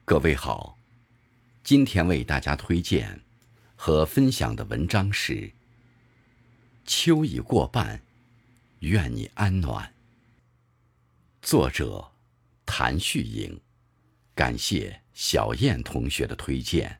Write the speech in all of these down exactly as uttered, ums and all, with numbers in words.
各位好，今天为大家推荐和分享的文章是《秋已过半，愿你安暖》，作者谭旭颖，感谢小燕同学的推荐。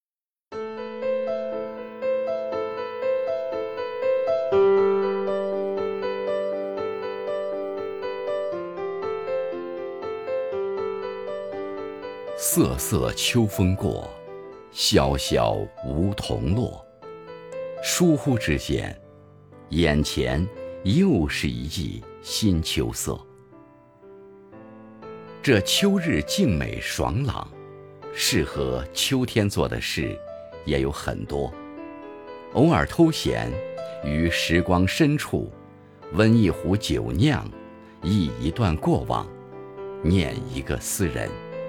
瑟瑟秋风过，萧萧梧桐落。疏忽之间，眼前又是一季新秋色。这秋日静美爽朗，适合秋天做的事也有很多。偶尔偷闲，于时光深处，温一壶酒酿，忆一段过往，念一个思人。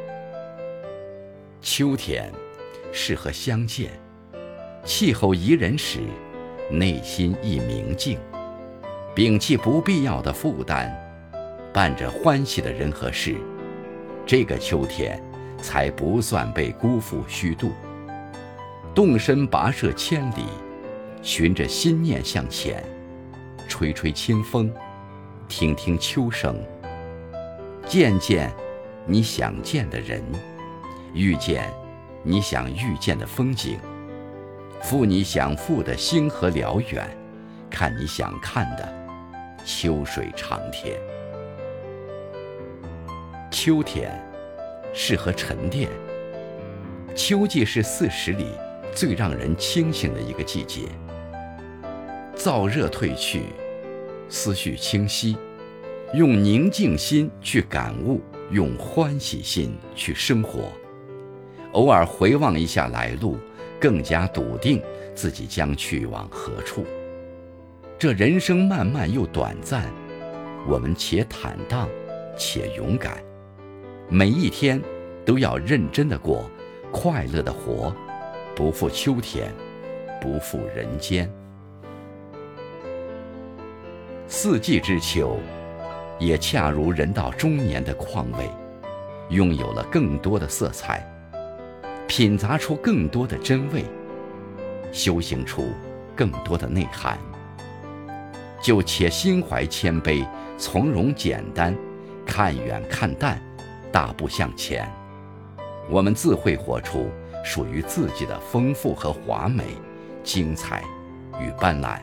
秋天适合相见，气候宜人时，内心亦明净，摒弃不必要的负担，伴着欢喜的人和事，这个秋天才不算被辜负虚度。动身跋涉千里，循着心念向前，吹吹清风，听听秋声，见见你想见的人，遇见你想遇见的风景，赴你想赴的星河辽远，看你想看的秋水长天。秋天适合沉淀，秋季是四时里最让人清醒的一个季节。燥热退去，思绪清晰，用宁静心去感悟，用欢喜心去生活。偶尔回望一下来路，更加笃定自己将去往何处。这人生漫漫又短暂，我们且坦荡，且勇敢，每一天都要认真的过，快乐的活，不负秋天，不负人间。四季之秋，也恰如人到中年的况味，拥有了更多的色彩，品杂出更多的真味，修行出更多的内涵。就且心怀谦卑，从容简单，看远看淡，大步向前。我们自会活出属于自己的丰富和华美，精彩与斑斓。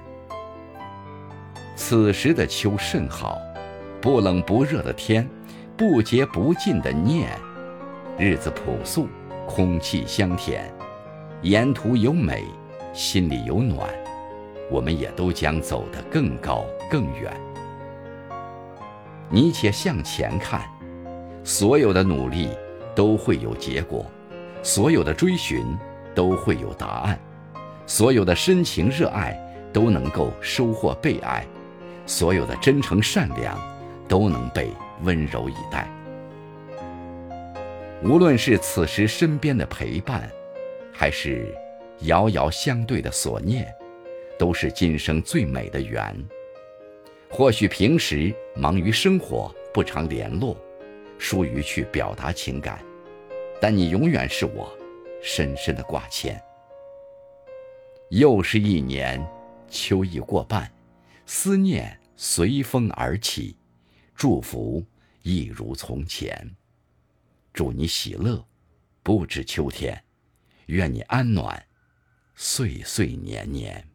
此时的秋甚好，不冷不热的天，不竭不尽的念，日子朴素，空气香甜，沿途有美，心里有暖，我们也都将走得更高更远。你且向前看，所有的努力都会有结果，所有的追寻都会有答案，所有的深情热爱都能够收获被爱，所有的真诚善良都能被温柔以待。无论是此时身边的陪伴，还是遥遥相对的所念，都是今生最美的缘。或许平时忙于生活，不常联络，疏于去表达情感，但你永远是我深深的挂牵。又是一年，秋已过半，思念随风而起，祝福一如从前。祝你喜乐，不止秋天，愿你安暖，岁岁年年。